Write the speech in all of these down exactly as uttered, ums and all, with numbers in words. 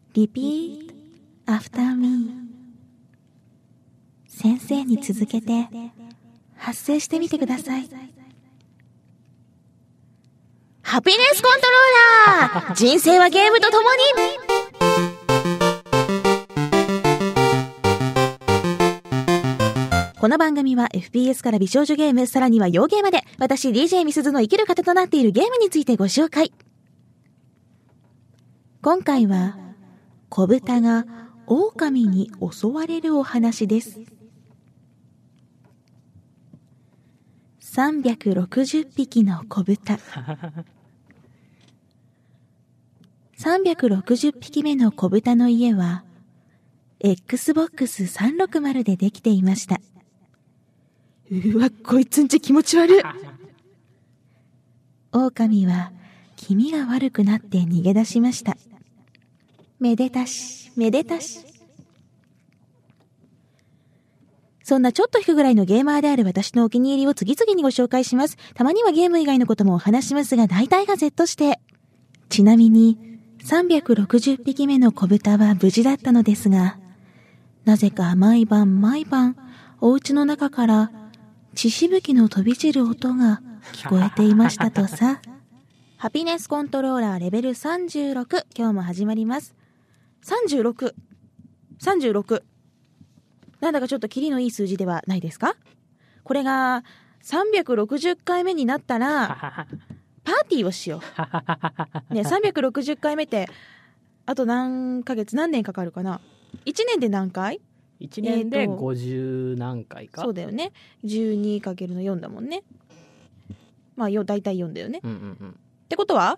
Repeat after me。 先生に続けて発声してみてください。ハピネスコントローラー人生はゲームとともに。この番組は エフピーエス から美少女ゲーム、さらには洋ゲーまで、私 ディージェー みすずの生きる糧となっているゲームについてご紹介。今回は子豚が狼に襲われるお話です。さんびゃくろくじゅっぴきの子豚さんびゃくろくじゅっぴきめの子豚の家は エックスボックスさんびゃくろくじゅう でできていました。うわ、こいつんち気持ち悪い。狼は気味が悪くなって逃げ出しました。めでたしめでたし。そんなちょっと引くぐらいのゲーマーである私のお気に入りを次々にご紹介します。たまにはゲーム以外のこともお話しますが、大体が Z して。ちなみにさんびゃくろくじゅっぴきめの子豚は無事だったのですが、なぜか毎晩毎晩お家の中から血しぶきの飛び散る音が聞こえていましたとさ。ハピネスコントローラーレベルさんじゅうろく、今日も始まります。さんじゅうろく さんじゅうろく、なんだかちょっとキリのいい数字ではないですか。これがさんびゃくろくじゅっかいめになったらパーティーをしようね。さんびゃくろくじゅっかいめってあと何ヶ月何年かかるかな。いちねんで何回？ いちねんでごじゅう何回か。 そうだよね。 じゅうにかけるのよん だもんね。まあ大体よんだよね、 うんうんうん、 ってことは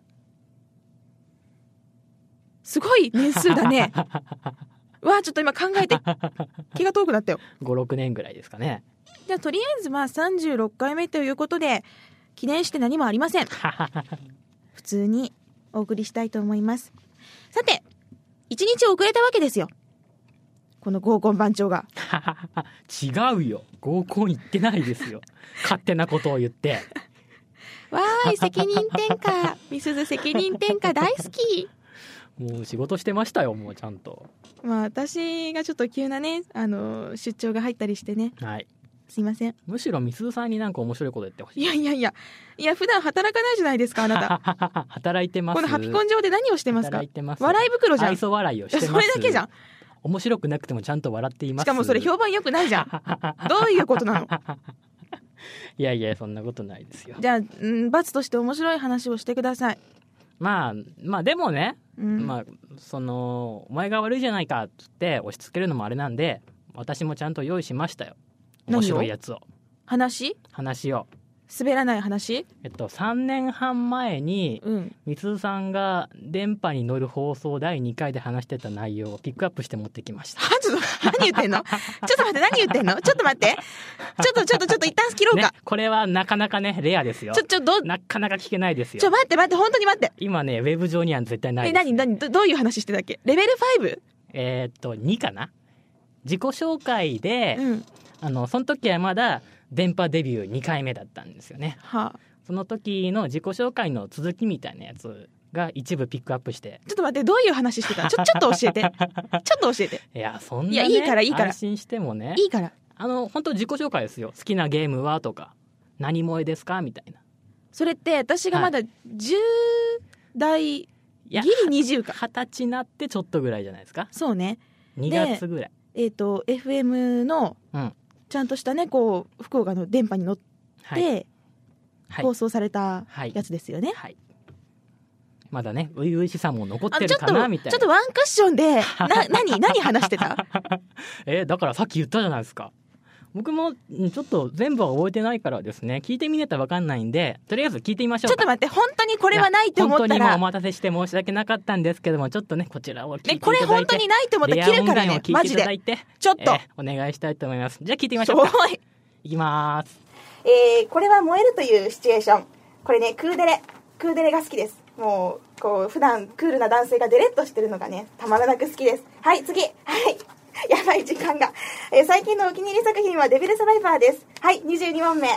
すごい年数だね。わあ、ちょっと今考えて気が遠くなったよ。 ご、ろくねんぐらいですかね。 じゃあとりあえずまあさんじゅうろっかいめということで記念して何もありません。普通にお送りしたいと思います。さて、いちにち遅れたわけですよ、この合コン番長が。 違うよ、合コン行ってないですよ。勝手なことを言ってわーい、責任転嫁。みすず責任転嫁大好き。 もう仕事してましたよ、もうちゃんと。 まあ私がちょっと急なね、あの出張が入ったりしてね、 はい、 すいません。 むしろみすずさんになんか面白いこと言ってほしい。 いやいやいやいや、普段働かないじゃないですか、あなた。 働いてます。 このハピコン上で何をしてますか。 働いてます。 笑い袋じゃん。 愛想笑いをしてます。 それだけじゃん。 面白くなくてもちゃんと笑っています。 しかもそれ評判良くないじゃん。どういうことなの。 いやいや、そんなことないですよ。 じゃあ、うん、罰として面白い話をしてください。 まあまあでもね、 うん、 まあそのお前が悪いじゃないかって押し付けるのもあれなんで、私もちゃんと用意しましたよ、面白いやつを。 話話を滑らない話。 えっとさんねんはん前に、うん、みすずさんが電波に乗る放送だいにかいで話してた内容をピックアップして持ってきました。 はちょっと何言ってんの。ちょっと待って、何言ってんの。ちょっと待って、ちょっとちょっとちょっと一旦切ろうか、 ね、これはなかなかねレアですよ。 ちょちょどなかなか聞けないですよ。 ちょ待って待って、本当に待って。 今ねウェブ上には絶対ないです。 え、何何 ど, どういう話してたっけ。レベル ファイブ？ えー、っとにかな。自己紹介で、うん、あのその時はまだ電波デビューにかいめだったんですよね、はあ、その時の自己紹介の続きみたいなやつが一部ピックアップして。 ちょっと待って、どういう話してた。ちょちょっと教えてちょっと教えて。 いやそんなね、 いやいいからいいから、 安心してもね、 いいから、あの本当自己紹介ですよ。好きなゲームはとか、何萌えですかみたいな。 それって私がまだじゅう代、ギリにじゅうか、 はたちになってちょっとぐらいじゃないですか。 そうね、 にがつぐらい。 えっ、ー、と エフエム の、うん、ちゃんとしたね、こう福岡の電波に乗って、はいはい、放送されたやつですよね、はいはい、 まだね初々しさも残ってるかなみたいな。 ちょっとワンクッションでな何何話してた。 えー、だからさっき言ったじゃないですか。僕もちょっと全部は覚えてないからですね、聞いてみないと分かんないんで、とりあえず聞いてみましょうか。 ちょっと待って、本当にこれはないと思ったら、 本当に今お待たせして申し訳なかったんですけども、ちょっとねこちらを聞いていただいて、 ね、これ本当にないと思ったら切るからね、マジでちょっと、 えー、お願いしたいと思います。じゃあ聞いてみましょうか。いきます。 えー、これは燃えるというシチュエーション。これね、クーデレクーデレが好きです。もうこう普段クールな男性がデレッとしてるのがね、たまらなく好きです。はい、次。はいやばい時間が、えー、最近のお気に入り作品はデビルサバイバーです。はい、にじゅうに問目。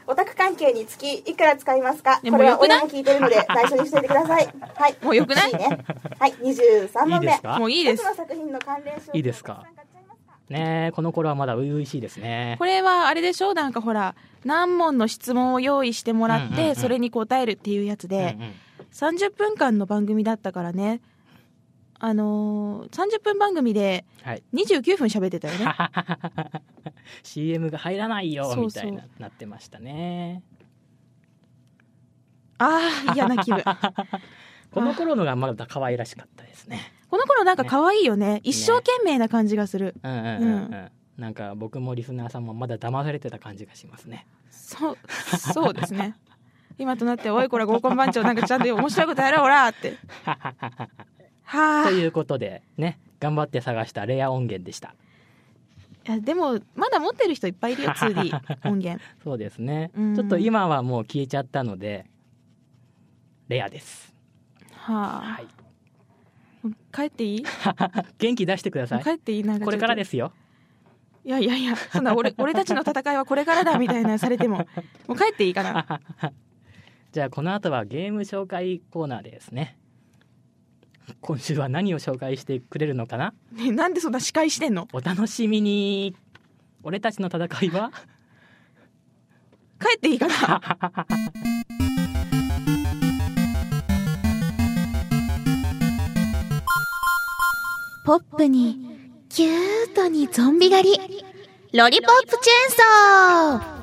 オタク関係につきいくら使いますか。これは親も聞いてるので内緒にしておいてください。はい。 もうよくない？ ね、はい、にじゅうさんもんめ。 いいですか？ もういいです。 一つの作品の関連商品。 いいですか？ねえ、この頃はまだ初々しいですね。 これはあれでしょ、なんかほら何問の質問を用意してもらって、うんうんうん、それに答えるっていうやつで、うんうん、さんじゅっぷんかんの番組だったからね。あのー、さんじゅっぷん番組でにじゅうきゅうふん喋ってたよね、はい、 シーエム が入らないよみたいななってましたね。 ああ嫌な気分この頃のがまだ可愛らしかったですね。 この頃なんか可愛いよ ね, ね一生懸命な感じがする、 ね、うんうんうん、うん、なんか僕もリスナーさんもまだ騙されてた感じがしますね。 そうそうですね今となっておいこら合コン番長なんかちゃんと面白いことやろうほらってはということでね、頑張って探したレア音源でした。 いやでもまだ持ってる人いっぱいいるよツーディー 音源そうですね、ちょっと今はもう消えちゃったのでレアです。 はあ、はい、帰っていい元気出してください。 帰っていいなんかこれからですよ。 いやいやいやそんな 俺, 俺たちの戦いはこれからだみたいなされてももう帰っていいかなじゃあこの後はゲーム紹介コーナーですね。今週は何を紹介してくれるのかな、 ね、なんでそんな司会してんの。 お楽しみに。俺たちの戦いは帰っていいかなポップにキュートにゾンビ狩りロリポップチェーンソ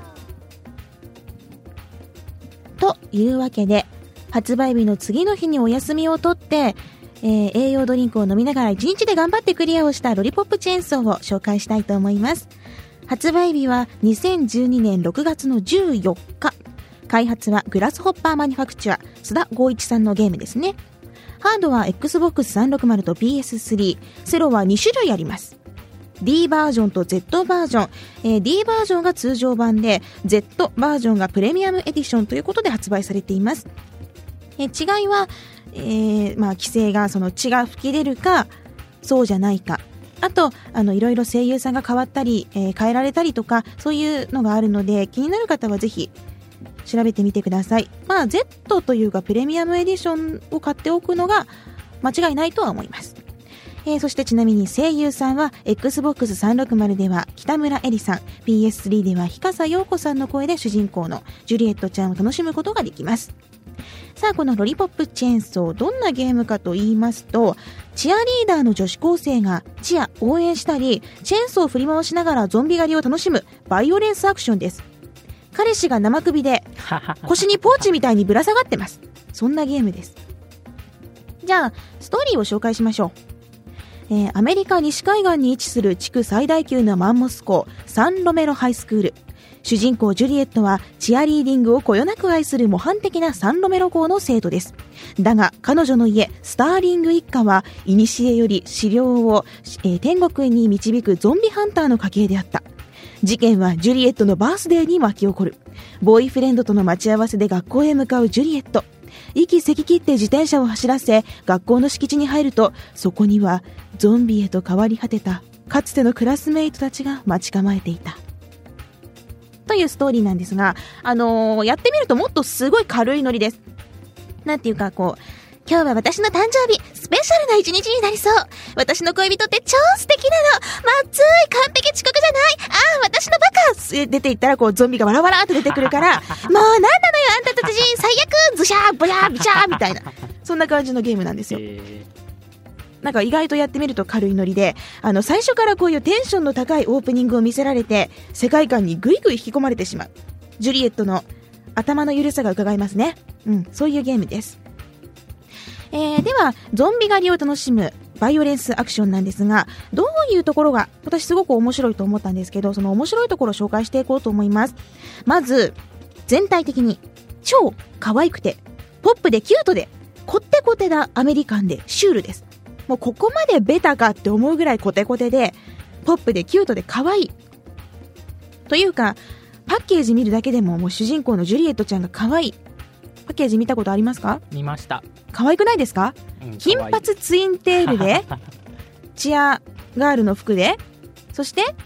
ーというわけで発売日の次の日にお休みを取ってえー、栄養ドリンクを飲みながらいちにちで頑張ってクリアをしたロリポップチェーンソーを紹介したいと思います。発売日はにせんじゅうにねんろくがつのじゅうよっか。開発はグラスホッパーマニファクチュア須田剛一さんのゲームですね。ハードは エックスボックスさんびゃくろくじゅう と ピーエススリー、 セロはにしゅるいあります。 D バージョンと Z バージョン、えー、D バージョンが通常版で Z バージョンがプレミアムエディションということで発売されています。えー、違いはえーまあ、規制がその血が吹き出るかそうじゃないか、あとあのいろいろ声優さんが変わったり、えー、変えられたりとかそういうのがあるので気になる方はぜひ調べてみてください。まあ Z というかプレミアムエディションを買っておくのが間違いないとは思います。えー、そしてちなみに声優さんは エックスボックスさんびゃくろくじゅう では北村絵里さん、 ピーエススリー では日笠陽子さんの声で主人公のジュリエットちゃんを楽しむことができます。さあこのロリポップチェーンソーどんなゲームかと言いますと、チアリーダーの女子高生がチア応援したりチェーンソーを振り回しながらゾンビ狩りを楽しむバイオレンスアクションです。彼氏が生首で腰にポーチみたいにぶら下がってます。そんなゲームです。じゃあストーリーを紹介しましょう。えー、アメリカ西海岸に位置する地区最大級のマンモス校サンロメロハイスクール。主人公ジュリエットはチアリーディングをこよなく愛する模範的なサンロメロ校の生徒です。だが彼女の家スターリング一家は古より資料を、えー、天国に導くゾンビハンターの家系であった。事件はジュリエットのバースデーに巻き起こる。ボーイフレンドとの待ち合わせで学校へ向かうジュリエット。息せき切って自転車を走らせ学校の敷地に入ると、そこにはゾンビへと変わり果てたかつてのクラスメイトたちが待ち構えていたというストーリーなんですが、あのー、やってみるともっとすごい軽いノリです。なんていうかこう、今日は私の誕生日、スペシャルな一日になりそう。私の恋人って超素敵なの。まずい、完璧遅刻じゃない。ああ、私のバカ。出ていったらこうゾンビがわらわらって出てくるから、もうなんなのよあんたたち最悪、ズシャーボヤービシャーみたいな、そんな感じのゲームなんですよ。なんか意外とやってみると軽いノリで、あの最初からこういうテンションの高いオープニングを見せられて世界観にぐいぐい引き込まれてしまう。ジュリエットの頭の緩さが伺えますね。うん、そういうゲームです。えー、ではゾンビ狩りを楽しむバイオレンスアクションなんですが、どういうところが私すごく面白いと思ったんですけど、その面白いところを紹介していこうと思います。まず全体的に超可愛くてポップでキュートでコテコテなアメリカンでシュールです。もうここまでベタかって思うぐらいコテコテでポップでキュートで可愛いというか、パッケージ見るだけでももう主人公のジュリエットちゃんが可愛い。パッケージ見たことありますか？ 見ました。 可愛くないですか？うん、金髪ツインテールでチアガールの服で、そして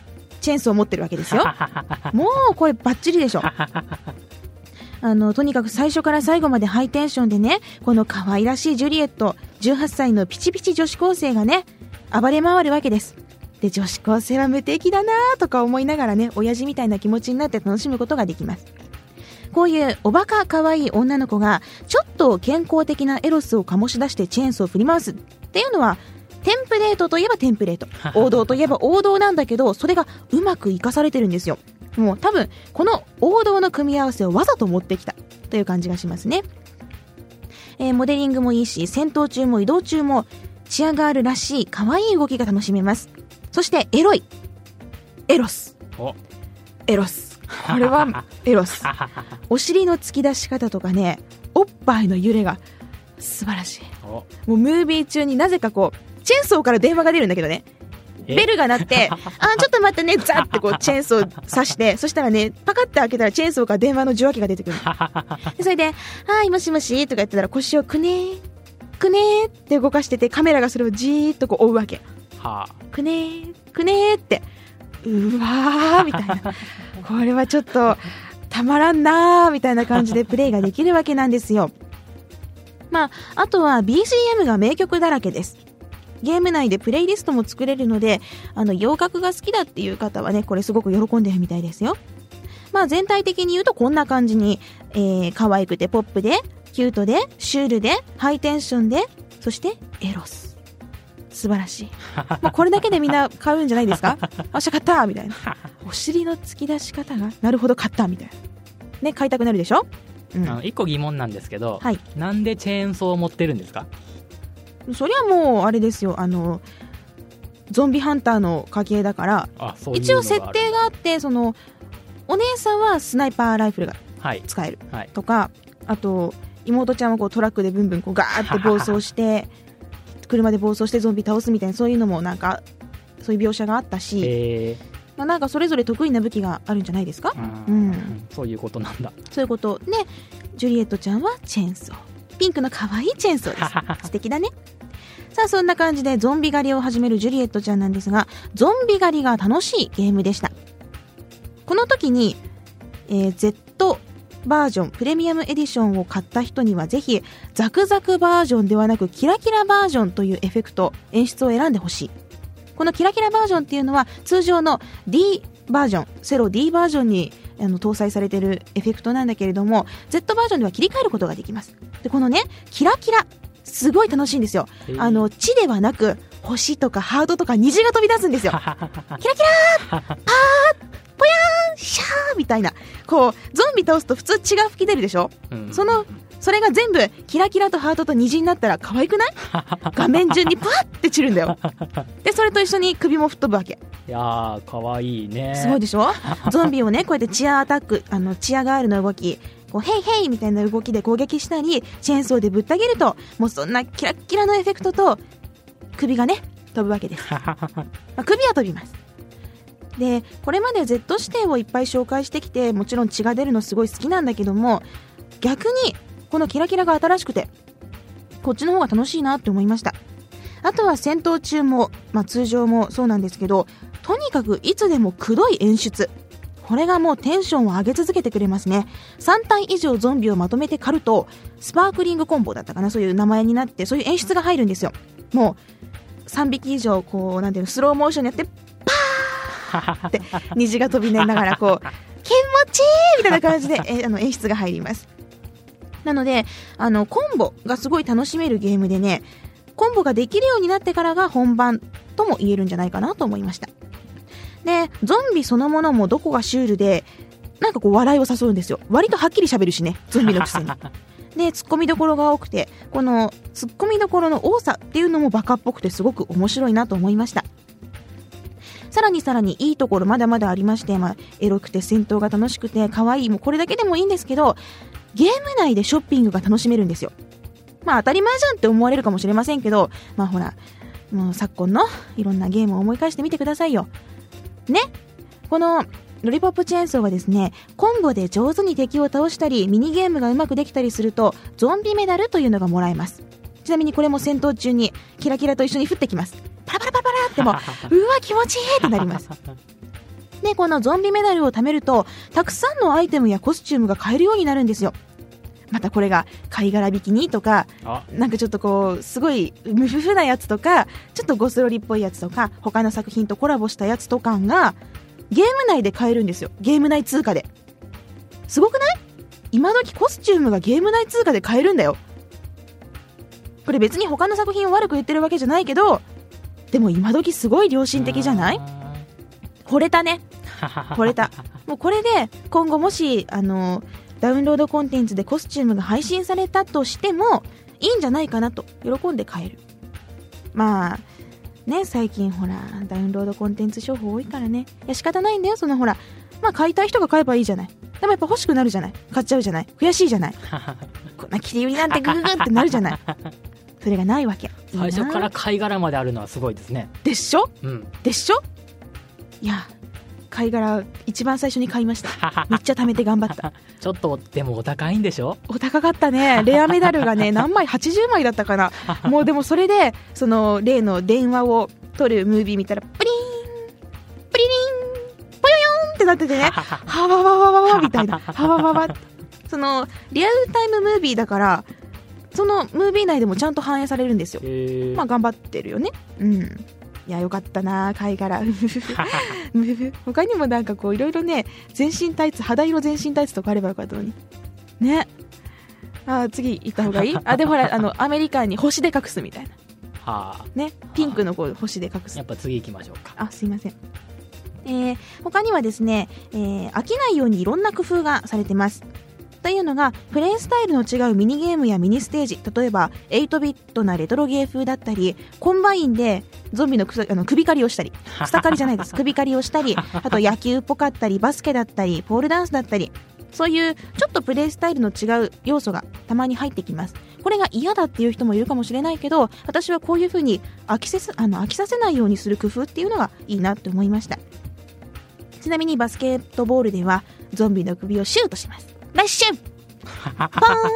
チェーンソーを持ってるわけですよ。もうこれバッチリでしょ。あのとにかく最初から最後までハイテンションでね、この可愛らしいジュリエット、じゅうはっさいのピチピチ女子高生がね暴れ回るわけです。で女子高生は無敵だなとか思いながらね、親父みたいな気持ちになって楽しむことができます。こういうおバカ可愛い女の子がちょっと健康的なエロスを醸し出してチェーンソーを振り回すっていうのは、テンプレートといえばテンプレート、王道といえば王道なんだけど、それがうまく活かされてるんですよ。もう多分この王道の組み合わせをわざと持ってきたという感じがしますね。えー、モデリングもいいし、戦闘中も移動中もチアガールらしい可愛い動きが楽しめます。そしてエロいエロスエロスこれはエロスお尻の突き出し方とかね、おっぱいの揺れが素晴らしい。もうムービー中になぜかこうチェーンソーから電話が出るんだけどね、ベルが鳴ってあちょっと待ってね、ザッてこうチェーンソー刺して、そしたらねパカッて開けたらチェーンソーから電話の受話器が出てくるでそれではいもしもしとか言ってたら、腰をくねーくねーって動かしてて、カメラがそれをじーっとこう追うわけ。はあ、くねーくねーって、うわーみたいなこれはちょっとたまらんなーみたいな感じでプレイができるわけなんですよ。まああとは ビージーエム が名曲だらけです。ゲーム内でプレイリストも作れるので、あの洋楽が好きだっていう方はね、これすごく喜んでるみたいですよ。まあ全体的に言うとこんな感じに、えー、可愛くてポップでキュートでシュールでハイテンションで、そしてエロス、素晴らしい。もうこれだけでみんな買うんじゃないですか。あしゃ買ったみたいな、お尻の突き出し方がなるほど買ったみたいなね、買いたくなるでしょ。うん、あのいっこ疑問なんですけど、はい、なんでチェーンソーを持ってるんですか。そりゃもうあれですよ、あのゾンビハンターの家系だから、一応設定があって、そのお姉さんはスナイパーライフルが使えるとか、はいはい、あと妹ちゃんはこうトラックでブンブンこうガーって暴走して車で暴走してゾンビ倒すみたいな、そういうのもなんかそういう描写があったし、まあ、なんかそれぞれ得意な武器があるんじゃないですか。うん、うん、そういうことなんだ。そういうことね。ジュリエットちゃんはチェーンソー、ピンクの可愛いチェーンソーです素敵だね。さあそんな感じでゾンビ狩りを始めるジュリエットちゃんなんですが、ゾンビ狩りが楽しいゲームでした。この時に、えー、Z バージョンプレミアムエディションを買った人にはぜひザクザクバージョンではなくキラキラバージョンというエフェクト演出を選んでほしい。このキラキラバージョンっていうのは通常の D バージョン、セロ D バージョンにあの搭載されているエフェクトなんだけれども、 Z バージョンでは切り替えることができます。でこのねキラキラすごい楽しいんですよ。あの地ではなく星とかハートとか虹が飛び出すんですよ。キラキラーパーポヤーンシャーみたいな、こうゾンビ倒すと普通血が吹き出るでしょ、うん、そのそれが全部キラキラとハートと虹になったら可愛くない？画面順にパーって散るんだよ。でそれと一緒に首も吹っ飛ぶわけ。いやー可愛いね。すごいでしょ。ゾンビをねこうやってチアアタック、あのチアガールの動き、こうヘイヘイみたいな動きで攻撃したりチェーンソーでぶった切ると、もうそんなキラッキラのエフェクトと首がね飛ぶわけです。まあ、首は飛びます。でこれまで Z 視点をいっぱい紹介してきて、もちろん血が出るのすごい好きなんだけども、逆にこのキラキラが新しくてこっちの方が楽しいなって思いました。あとは戦闘中も、まあ、通常もそうなんですけど、とにかくいつでもくどい演出、これがもうテンションを上げ続けてくれますね。さん体以上ゾンビをまとめて狩るとスパークリングコンボだったかな、そういう名前になって、そういう演出が入るんですよ。もうさんびき以上こうなんていうの、スローモーションにやってパーって虹が飛びながらこう気持ちいいみたいな感じでえあの演出が入ります。なのであのコンボがすごい楽しめるゲームでね、コンボができるようになってからが本番とも言えるんじゃないかなと思いました。でゾンビそのものもどこがシュールでなんかこう笑いを誘うんですよ。割とはっきり喋るしね、ゾンビのくせに。でツッコミどころが多くて、このツッコミどころの多さっていうのもバカっぽくてすごく面白いなと思いました。さらにさらにいいところまだまだありまして、まあ、エロくて戦闘が楽しくて可愛い、もうこれだけでもいいんですけど、ゲーム内でショッピングが楽しめるんですよ。まあ当たり前じゃんって思われるかもしれませんけど、まあほらもう昨今のいろんなゲームを思い返してみてくださいよね。このロリポップチェーンソーはですね、コンボで上手に敵を倒したりミニゲームがうまくできたりするとゾンビメダルというのがもらえます。ちなみにこれも戦闘中にキラキラと一緒に降ってきます。パラパラパラパラってもううわ気持ちいいってなります。 でこのゾンビメダルを貯めるとたくさんのアイテムやコスチュームが買えるようになるんですよ。またこれが貝殻ビキニとかなんかちょっとこうすごい無夫なやつとかちょっとゴスロリっぽいやつとか他の作品とコラボしたやつとかがゲーム内で買えるんですよ。ゲーム内通貨で。すごくない？今時コスチュームがゲーム内通貨で買えるんだよ。これ別に他の作品を悪く言ってるわけじゃないけど、でも今時すごい良心的じゃない？惚れたね。惚れた。もうこれで今後もしあのダウンロードコンテンツでコスチュームが配信されたとしてもいいんじゃないかなと喜んで買える。まあね、最近ほらダウンロードコンテンツ商法多いからね。いや仕方ないんだよ。そのほらまあ買いたい人が買えばいいじゃない。でもやっぱ欲しくなるじゃない。買っちゃうじゃない。悔しいじゃない。こんな切り売りなんてグググってなるじゃない。それがないわけ。いいな。 最初から貝殻まであるのはすごいですね。 でしょ、 うん、 でしょ。いや貝殻一番最初に買いました。めっちゃ貯めて頑張った。 ちょっとでもお高いんでしょ。 お高かったね。レアメダルがね何枚はちじゅうまいだったかな。もうでもそれでその例の電話を撮るムービー見たらプリーンプリリンポヨヨンってなっててねはわわわわわみたいなはわわわそのリアルタイムムービーだからそのムービー内でもちゃんと反映されるんですよ。まあ頑張ってるよね。うんいやよかったな貝殻他にもなんかこういろいろね全身タイツ肌色全身タイツとかあればよかったのにね。あ次行った方がいい。あでもほらあのアメリカンに星で隠すみたいな、はあ、ねピンクのこう星で隠す。 やっぱ次行きましょうか。 あすいません。えー、他にはですね、えー、飽きないようにいろんな工夫がされてます。というのがプレイスタイルの違うミニゲームやミニステージ、例えばはちビットなレトロゲー風だったりコンバインでゾンビのくさあの首狩りをしたり草刈りじゃないです首刈りをしたりあと野球っぽかったりバスケだったりポールダンスだったりそういうちょっとプレイスタイルの違う要素がたまに入ってきます。これが嫌だっていう人もいるかもしれないけど私はこういう風に飽きせすあの飽きさせないようにする工夫っていうのがいいなと思いました。ちなみにバスケットボールではゾンビの首をシュートします。ラッシュポーン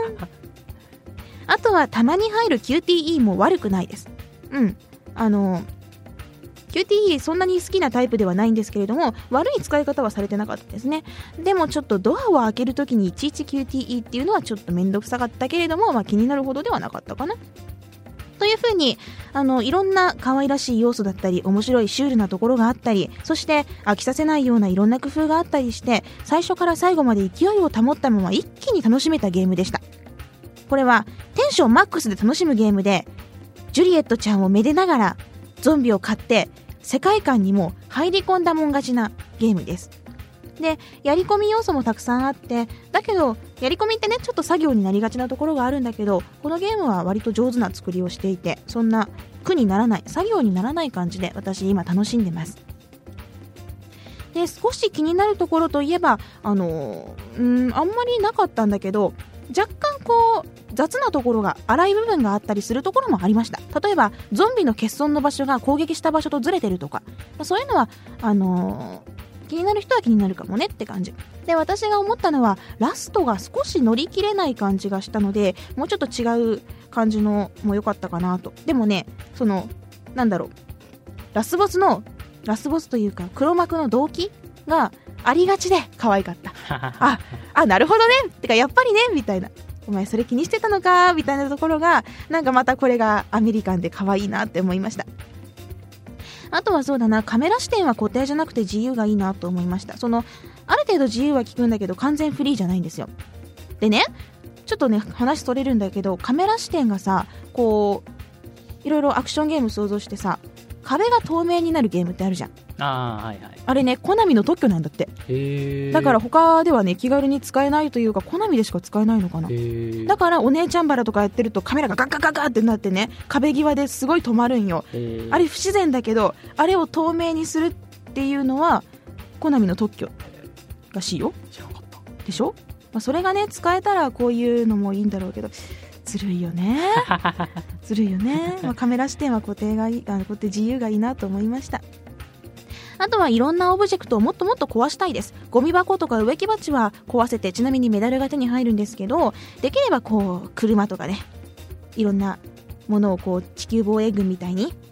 あとはたまに入る キューティーイー も悪くないです。うんあの キューティーイー そんなに好きなタイプではないんですけれども悪い使い方はされてなかったですね。でもちょっとドアを開けるときにいちいち キューティーイー っていうのはちょっとめんどくさかったけれども、まあ、気になるほどではなかったかなというふうにあのいろんな可愛らしい要素だったり面白いシュールなところがあったりそして飽きさせないようないろんな工夫があったりして最初から最後まで勢いを保ったまま一気に楽しめたゲームでした。これはテンションマックスで楽しむゲームでジュリエットちゃんをめでながらゾンビを飼って世界観にも入り込んだもん勝ちなゲームです。でやり込み要素もたくさんあってだけどやり込みってねちょっと作業になりがちなところがあるんだけどこのゲームは割と上手な作りをしていてそんな苦にならない作業にならない感じで私今楽しんでます。で少し気になるところといえばあのー、うんあんまりなかったんだけど若干こう雑なところが粗い部分があったりするところもありました。例えばゾンビの欠損の場所が攻撃した場所とずれてるとかそういうのはあのー気になる人は気になるかもねって感じで私が思ったのはラストが少し乗り切れない感じがしたのでもうちょっと違う感じのも良かったかなと。でもねそのなんだろうラスボスのラスボスというか黒幕の動機がありがちで可愛かったああなるほどねてかやっぱりねみたいなお前それ気にしてたのかみたいなところがなんかまたこれがアメリカンで可愛いなって思いました。あとはそうだなカメラ視点は固定じゃなくて自由がいいなと思いました。そのある程度自由は効くんだけど完全フリーじゃないんですよ。でねちょっとね話取れるんだけどカメラ視点がさこういろいろアクションゲーム想像してさ壁が透明になるゲームってあるじゃん。 あー、はいはい、 あれねコナミの特許なんだって。 へーだから他ではね気軽に使えないというかコナミでしか使えないのかな。へーだからお姉ちゃんバラとかやってるとカメラがガッガッガッガッってなってね壁際ですごい止まるんよ。へーあれ不自然だけどあれを透明にするっていうのはコナミの特許らしいよ。 知らなかったでしょ、まあ、それがね使えたらこういうのもいいんだろうけどずるいよねずるいよね、まあ、カメラ視点は固定がいいあの固定自由がいいなと思いました。あとはいろんなオブジェクトをもっともっと壊したいです。ゴミ箱とか植木鉢は壊せてちなみにメダルが手に入るんですけどできればこう車とかねいろんなものをこう地球防衛軍みたいに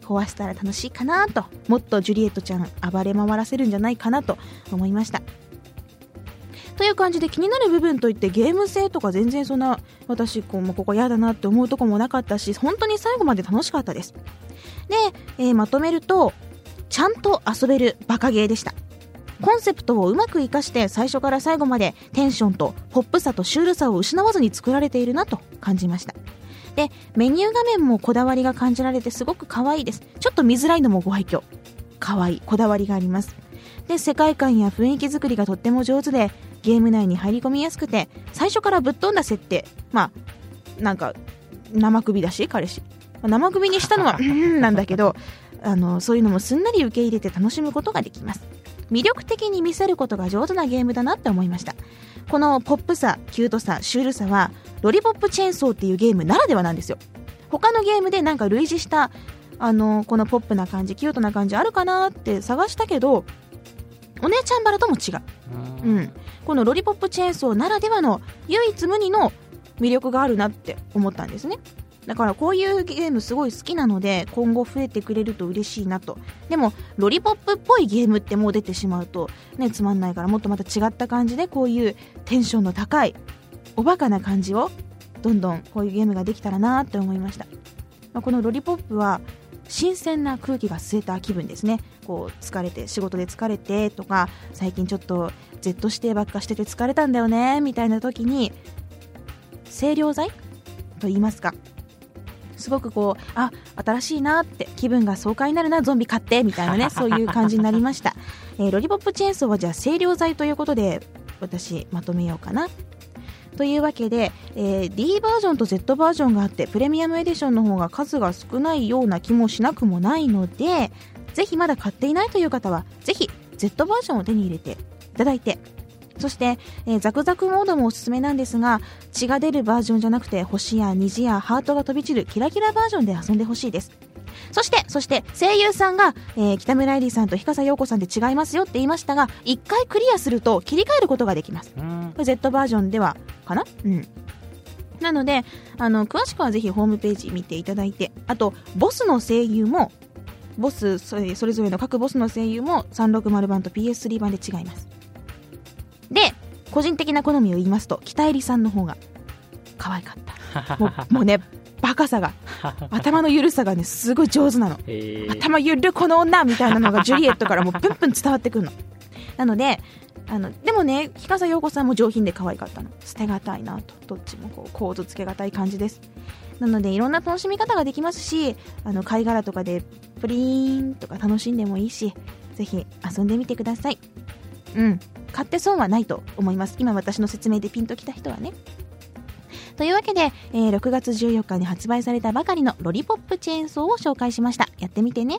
壊したら楽しいかなと、もっとジュリエットちゃん暴れ回らせるんじゃないかなと思いました。という感じで、気になる部分といってゲーム性とか全然そんな私こうもうここ嫌だなって思うとこもなかったし、本当に最後まで楽しかったです。で、えー、まとめると、ちゃんと遊べるバカゲーでした。コンセプトをうまく活かして最初から最後までテンションとポップさとシュールさを失わずに作られているなと感じました。で、メニュー画面もこだわりが感じられてすごく可愛いです。ちょっと見づらいのもご愛嬌。可愛いこだわりがあります。で、世界観や雰囲気作りがとっても上手で、ゲーム内に入り込みやすくて、最初からぶっ飛んだ設定、まあなんか生首だし彼氏生首にしたのはうんなんだけど、あのそういうのもすんなり受け入れて楽しむことができます。魅力的に見せることが上手なゲームだなって思いました。このポップさ、キュートさ、シュールさはロリポップチェーンソーっていうゲームならではなんですよ。他のゲームでなんか類似したあのこのポップな感じ、キュートな感じあるかなって探したけど、お姉ちゃんバラとも違う。うん、このロリポップチェーンソーならではの唯一無二の魅力があるなって思ったんですね。だからこういうゲームすごい好きなので、今後増えてくれると嬉しいなと。でもロリポップっぽいゲームってもう出てしまうとね、つまんないから、もっとまた違った感じでこういうテンションの高いおバカな感じをどんどんこういうゲームができたらなって思いました。まあ、このロリポップは新鮮な空気が吸えた気分ですね。こう疲れて、仕事で疲れてとか、最近ちょっと Z 指定ばっかしてて疲れたんだよねみたいな時に、清涼剤と言いますか、すごくこう、あ、新しいなって気分が爽快になるな、ゾンビ買ってみたいなね、そういう感じになりました。えー、ロリポップチェーンソーはじゃあ清涼剤ということで私まとめようかな。というわけで、えー、D バージョンと Z バージョンがあって、プレミアムエディションの方が数が少ないような気もしなくもないので、ぜひまだ買っていないという方はぜひ Z バージョンを手に入れていただいて、そして、えー、ザクザクモードもおすすめなんですが、血が出るバージョンじゃなくて星や虹やハートが飛び散るキラキラバージョンで遊んでほしいです。そしてそして声優さんが、えー、北村えりさんと日笠陽子さんで違いますよって言いましたが、一回クリアすると切り替えることができます。これ Z バージョンではかな、うん、なのであの詳しくはぜひホームページ見ていただいて、あとボスの声優もボスそれぞれの各ボスの声優もさんびゃくろくじゅう版と ピーエススリー 版で違います。で、個人的な好みを言いますと、北入さんの方が可愛かったもう、もうね、バカさが頭の緩さがねすごい上手なの。頭ゆるこの女みたいなのがジュリエットからもうプンプン伝わってくるの。なのであのでもね、日笠陽子さんも上品で可愛かったの。捨てがたいなと、どっちもこう構図つけがたい感じです。なのでいろんな楽しみ方ができますし、あの貝殻とかでプリーンとか楽しんでもいいし、ぜひ遊んでみてください。うん、買って損はないと思います。今私の説明でピンときた人はね。というわけで、えー、ろくがつじゅうよっかに発売されたばかりのロリポップチェーンソーを紹介しました。やってみてね。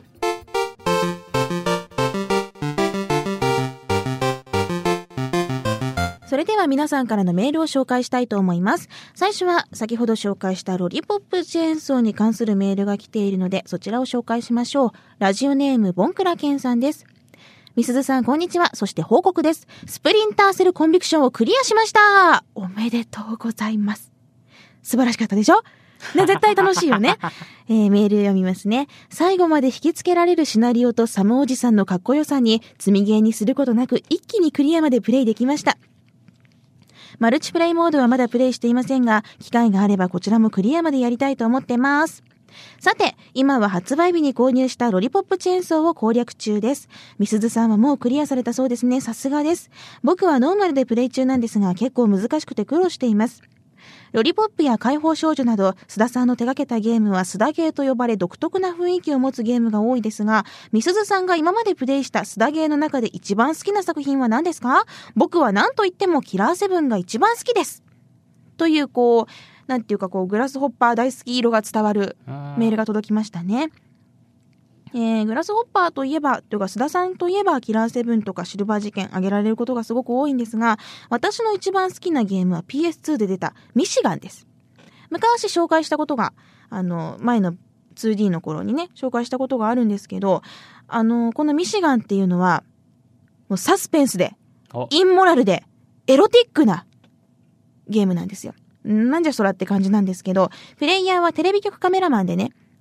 それでは皆さんからのメールを紹介したいと思います。最初は先ほど紹介したロリポップチェーンソーに関するメールが来ているので、そちらを紹介しましょう。ラジオネームボンクラケンさんです。みすずさん、こんにちは。そして報告です。スプリンターセルコンビクションをクリアしました。おめでとうございます。素晴らしかったでしょね、絶対楽しいよね。えー、メール読みますね。最後まで引きつけられるシナリオとサムおじさんのかっこよさに積みゲーにすることなく一気にクリアまでプレイできました。マルチプレイモードはまだプレイしていませんが、機会があればこちらもクリアまでやりたいと思ってます。さて、今は発売日に購入したロリポップチェーンソーを攻略中です。みすずさんはもうクリアされたそうですね。さすがです。僕はノーマルでプレイ中なんですが、結構難しくて苦労しています。ロリポップや解放少女など、須田さんの手掛けたゲームは須田ゲーと呼ばれ独特な雰囲気を持つゲームが多いですが、みすずさんが今までプレイした須田ゲーの中で一番好きな作品は何ですか？僕は何と言ってもキラーセブンが一番好きです。という、こう、なんていうかこう、グラスホッパー大好き色が伝わるメールが届きましたね。えー、グラスホッパーといえば、というか須田さんといえばキラーセブンとかシルバー事件挙げられることがすごく多いんですが、私の一番好きなゲームは ピーエスツー で出たミシガンです。昔紹介したことが、あの、前の ツーディー の頃にね、紹介したことがあるんですけど、あの、このミシガンっていうのは、もうサスペンスで、インモラルで、エロティックなゲームなんですよ。なんじゃそらって感じなんですけど、プレイヤーはテレビ局カメラマンでね、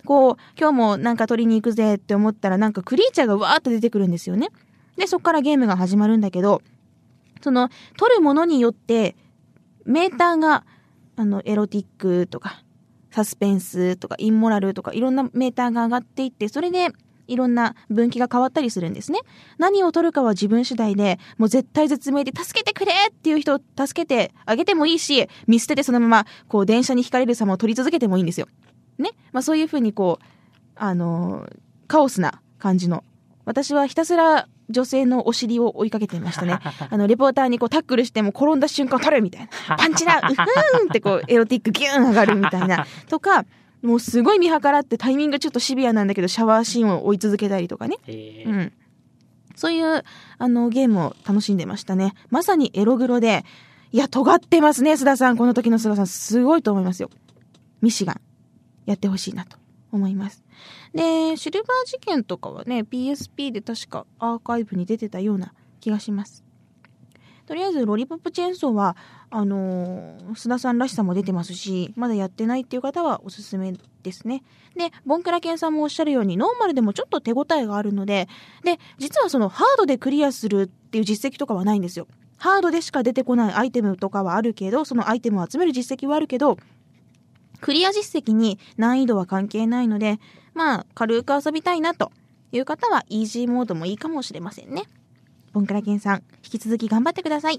こう今日もなんか取りに行くぜって思ったらなんかクリーチャーがわーっと出てくるんですよね。でそっからゲームが始まるんだけど、その取るものによってメーターがあのエロティックとかサスペンスとかインモラルとかいろんなメーターが上がっていって、それでいろんな分岐が変わったりするんですね。何を取るかは自分次第で、もう絶対絶命で助けてくれっていう人を助けてあげてもいいし、見捨ててそのままこう電車に引かれる様を取り続けてもいいんですよ。ね。まあそういう風にこう、あのー、カオスな感じの。私はひたすら女性のお尻を追いかけていましたね。あの、レポーターにこうタックルしても転んだ瞬間取るみたいな。パンチだうふーんってこうエロティックギューン上がるみたいな。とか、もうすごい見計らってタイミングちょっとシビアなんだけどシャワーシーンを追い続けたりとかね、うん、そういうあのゲームを楽しんでましたね。まさにエログロで、いや尖ってますね須田さん。この時の須田さんすごいと思いますよ。ミシガンやってほしいなと思います。でシルバー事件とかはね ピーエスピー で確かアーカイブに出てたような気がします。とりあえずロリポップチェーンソーはあのー、須田さんらしさも出てますし、まだやってないっていう方はおすすめですね。でボンクラケンさんもおっしゃるようにノーマルでもちょっと手応えがあるので、で実はそのハードでクリアするっていう実績とかはないんですよ。ハードでしか出てこないアイテムとかはあるけど、そのアイテムを集める実績はあるけど、クリア実績に難易度は関係ないので、まあ軽く遊びたいなという方はイージーモードもいいかもしれませんね。ボンクラケンさん引き続き頑張ってください。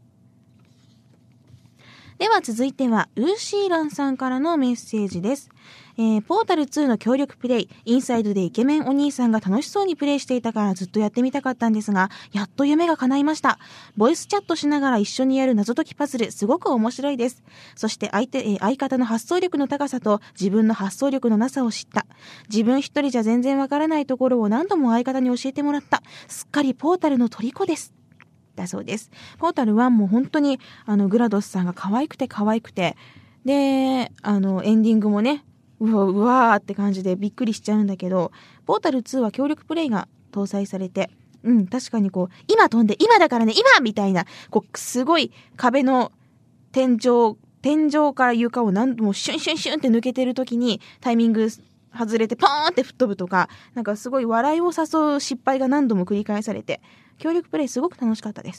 では続いてはウーシーランさんからのメッセージです。えー、ポータルツーの協力プレイ、インサイドでイケメンお兄さんが楽しそうにプレイしていたからずっとやってみたかったんですが、やっと夢が叶いました。ボイスチャットしながら一緒にやる謎解きパズル、すごく面白いです。そして相手、えー、相方の発想力の高さと自分の発想力のなさを知った。自分一人じゃ全然わからないところを何度も相方に教えてもらった。すっかりポータルの虜です。だそうです。ポータルワンも本当にあのグラドスさんが可愛くて可愛くて、であのエンディングもねうわうわーって感じでびっくりしちゃうんだけど、ポータルツーは協力プレイが搭載されて、うん確かにこう今飛んで今だからね今みたいなこうすごい壁の天井天井から床を何度もシュンシュンシュンって抜けてる時にタイミング外れてポーンって吹っ飛ぶとか、なんかすごい笑いを誘う失敗が何度も繰り返されて、協力プレイすごく楽しかったです。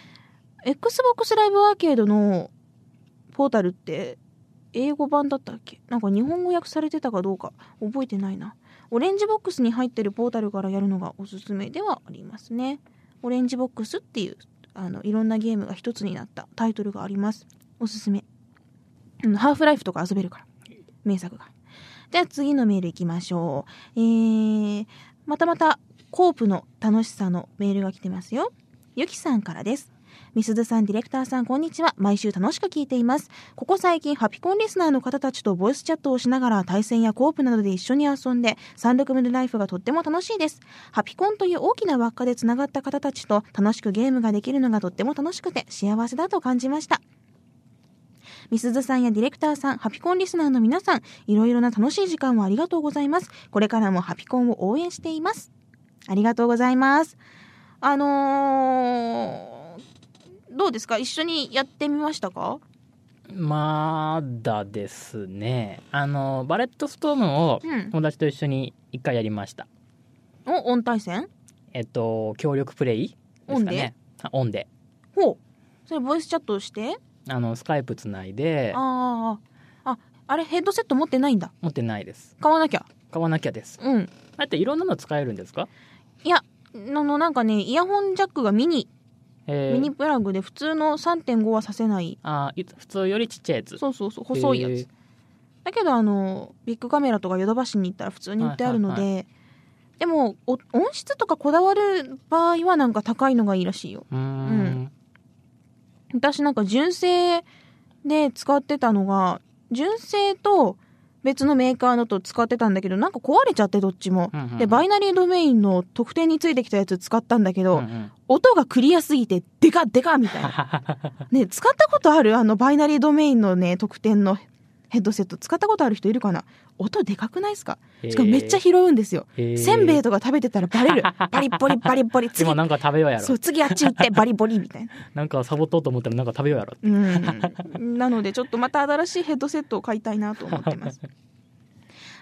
Xbox ライブアーケードのポータルって英語版だったっけ？なんか日本語訳されてたかどうか覚えてないな。オレンジボックスに入ってるポータルからやるのがおすすめではありますね。オレンジボックスっていうあのいろんなゲームが一つになったタイトルがあります。おすすめ。ハーフライフとか遊べるから名作が。じゃあ次のメールいきましょう。えー、またまたコープの楽しさのメールが来てますよ。ゆきさんからです。みすずさん、ディレクターさん、こんにちは。毎週楽しく聞いています。ここ最近ハピコンリスナーの方たちとボイスチャットをしながら対戦やコープなどで一緒に遊んでサンロクムルライフがとっても楽しいです。ハピコンという大きな輪っかでつながった方たちと楽しくゲームができるのがとっても楽しくて幸せだと感じました。みすずさんやディレクターさん、ハピコンリスナーの皆さん、いろいろな楽しい時間をありがとうございます。これからもハピコンを応援しています。ありがとうございます。あのー、どうですか？一緒にやってみましたか？ まだですね。あのバレットストームを友達と一緒に一回やりました。 うん、お、オン対戦？ えっと協力プレイですかね。オンで。 ほう。それボイスチャットをして？ あのスカイプつないで。 ああ、あ、あれヘッドセット持ってないんだ。 持ってないです。 買わなきゃ。 買わなきゃです。 うん。 あっていろんなの使えるんですか？ いや、あのなんかねイヤホンジャックがミニ。ミニプラグで普通の さんてんご はさせない。 あ、普通よりちっちゃいやつ。 そうそうそう、細いやつだけど、あのビッグカメラとかヨドバシに行ったら普通に売ってあるので、はいはいはい、でも音質とかこだわる場合はなんか高いのがいいらしいよ。 うーん、うん、 私なんか純正で使ってたのが純正と別のメーカーのと使ってたんだけど、なんか壊れちゃってどっちも、うんうん、でバイナリードメインの特典についてきたやつ使ったんだけど、うんうん、音がクリアすぎてデカデカみたいなね、使ったことある？あのバイナリードメインのね特典のヘッドセット使ったことある人いるかな？音でかくないですか？しかもめっちゃ拾うんですよ。せんべいとか食べてたらバレる。バリボリバリボリ。 次でもなんか食べようやろ。 そう、次あっち行ってバリボリみたいな。 なんかサボっとうと思ったらなんか食べようやろ。 うん。なのでちょっとまた新しいヘッドセットを買いたいなと思ってます。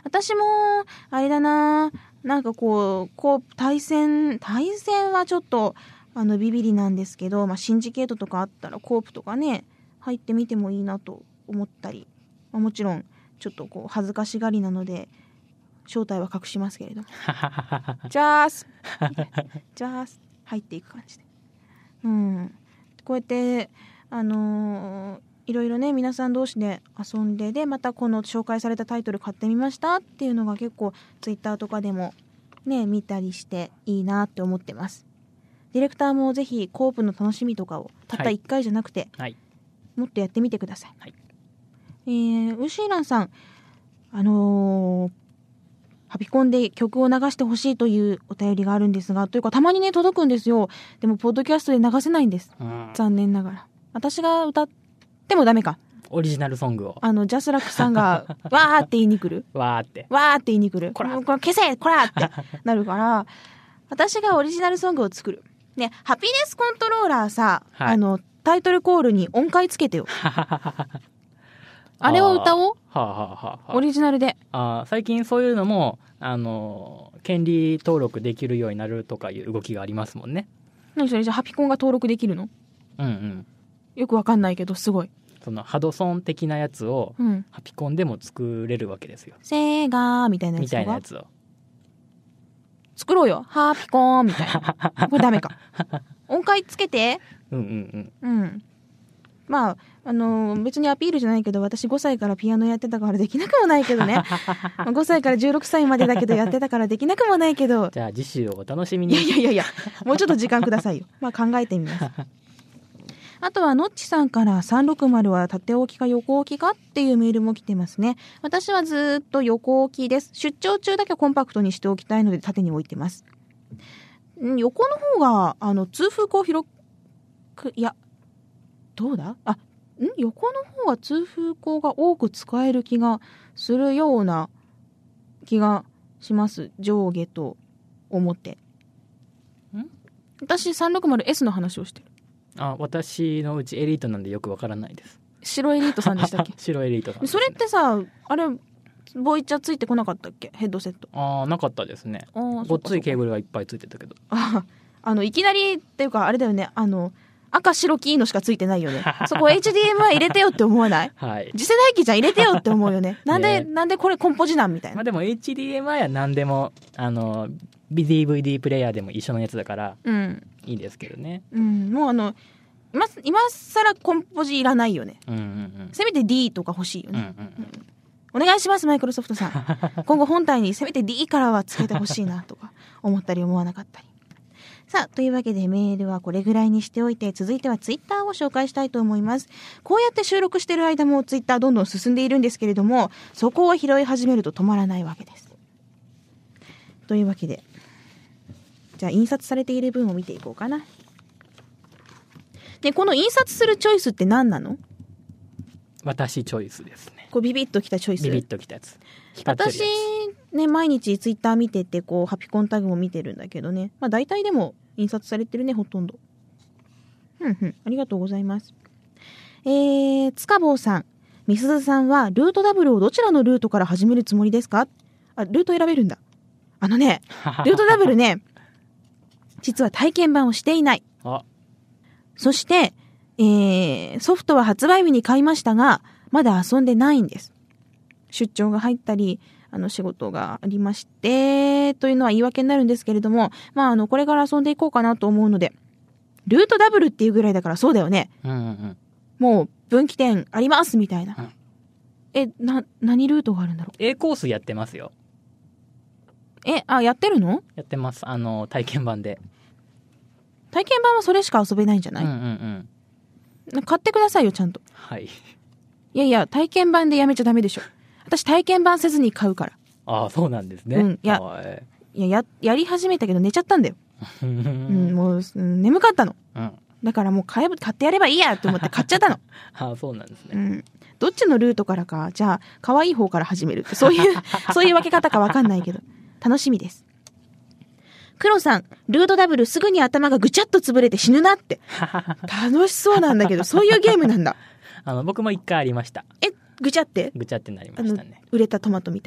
私も、あれだな、なんかこう、こう、対戦、対戦はちょっと、あの、ビビリなんですけど、まあ、シンジケートとかあったら、コープとかね、入ってみてもいいなと思ったり、まあ、もちろん、ちょっとこう、恥ずかしがりなので、正体は隠しますけれども。ジャースジャース入っていく感じで。うん。こうやって、あのー、いろいろね皆さん同士で遊んででまたこの紹介されたタイトル買ってみましたっていうのが結構ツイッターとかでもね見たりしていいなって思ってます。ディレクターもぜひコープの楽しみとかをたったいっかいじゃなくて、はい、もっとやってみてください。はい、えー、ウーシーランさん、あのー、ハピコンで曲を流してほしいというお便りがあるんですが、というかたまにね届くんですよ。でもポッドキャストで流せないんです、うん、残念ながら。私が歌ってでもダメか。 オリジナルソングを。 あの、ジャスラックさんが、わーって言いに来る。 わーって。 わーって言いに来る。こら、これ消せこらってなるから、私がオリジナルソングを作る。ね、ハピネスコントローラーさ、はい、あの、タイトルコールに音階つけてよ。あれを歌おう。はあはあはあ、オリジナルで。 あ、最近そういうのも、あの、権利登録できるようになるとかいう動きがありますもんね。 何それじゃあハピコンが登録できるの？ うんうん。 よくわかんないけどすごい。 そのハドソン的なやつを、うん、ハピコンでも作れるわけですよ。 セーガーみたいなやつとか。 みたいなやつを作ろうよ。ハピコンみたいな。これダメか。音階つけて。 うんうんうん。 うん。まああのー、別にアピールじゃないけど私ごさいからピアノやってたからできなくもないけどね。ごさいからじゅうろくさいまでだけどやってたからできなくもないけど。 じゃあ次週をお楽しみに。 いやいやいやいや。もうちょっと時間くださいよ。まあ考えてみます。あとはのっちさんからさんろくまるは縦置きか横置きかっていうメールも来てますね。私はずっと横置きです。出張中だけコンパクトにしておきたいので縦に置いてます。横の方があの通風口広く、いやどうだ、あん横の方が通風口が多く使える気がするような気がします。上下と表。ん私 さんろくまるエス の話をしてる。 あ、私のうちエリートなんでよくわからないです。 白エリートさんでしたっけ？ 白エリートさん、ね、 それってさ、あれボイチャついてこなかったっけ？ヘッドセット。 ああ、なかったですね。ごっついケーブルがいっぱいついてたけど。 ああのいきなりっていうかあれだよね、あの赤白黄のしかついてないよね。そこ エイチディーエムアイ 入れてよって思わない？はい。次世代機じゃん、入れてよって思うよね。なんで、ね、なんでこれコンポジなんみたいな。 まあでも エイチディーエムアイ は何でもあの ディーブイディー プレイヤーでも一緒のやつだから、うん、いいですけどね。 うん、もうあの今今更コンポジいらないよね、うんうんうん、せめて D とか欲しいよね、うんうんうん、お願いしますマイクロソフトさん。今後本体にせめて D からはつけてほしいなとか思ったり思わなかったり。さあというわけでメールはこれぐらいにしておいて、続いてはツイッターを紹介したいと思います。こうやって収録している間もツイッターどんどん進んでいるんですけれども、そこを拾い始めると止まらないわけです。というわけでじゃあ印刷されている分を見ていこうかな。でこの印刷するチョイスって何なの？ 私チョイスですね。 こうビビッときたチョイス。 ビビッときたやつ。 私ね毎日ツイッター見ててこうハピコンタグも見てるんだけどね、まあ大体でも印刷されてるね、ほとんど。うんうん、ありがとうございます。えー、つかぼうさん、みすずさんはルートダブルをどちらのルートから始めるつもりですか？あ、ルート選べるんだ。あのね、ルートダブルね、実は体験版をしていない。あ、そして、えー、ソフトは発売日に買いましたが、まだ遊んでないんです。出張が入ったり、あの仕事がありまして、というのは言い訳になるんですけれども、まあ、あの、これから遊んでいこうかなと思うので、ルートダブルっていうぐらいだからそうだよね。うんうんうん、もう、分岐点ありますみたいな。うん、え、な、何ルートがあるんだろう。 A コースやってますよ。 え、あ、やってるの？ やってます。あの、体験版で。 体験版はそれしか遊べないんじゃない？うんうんうん。買ってくださいよ、ちゃんと。はい。いやいや、体験版でやめちゃダメでしょ。私体験版せずに買うから。 ああ、そうなんですね。 うん。いや、いや、や、やり始めたけど寝ちゃったんだよ。うん、もう、うん、眠かったの。うん。だからもう買え、買ってやればいいやって思って買っちゃったの。 ああ、そうなんですね。 うん。どっちのルートからか、じゃあ、可愛い方から始めるって、そういう、そういう分け方かわかんないけど、楽しみです。黒さん、ルートダブルすぐに頭がぐちゃっと潰れて死ぬなって。楽しそうなんだけど、そういうゲームなんだ。 あの、僕も一回ありました。 え、ぐちゃって？ ぐちゃってなりましたね。 売れたトマトみたいな。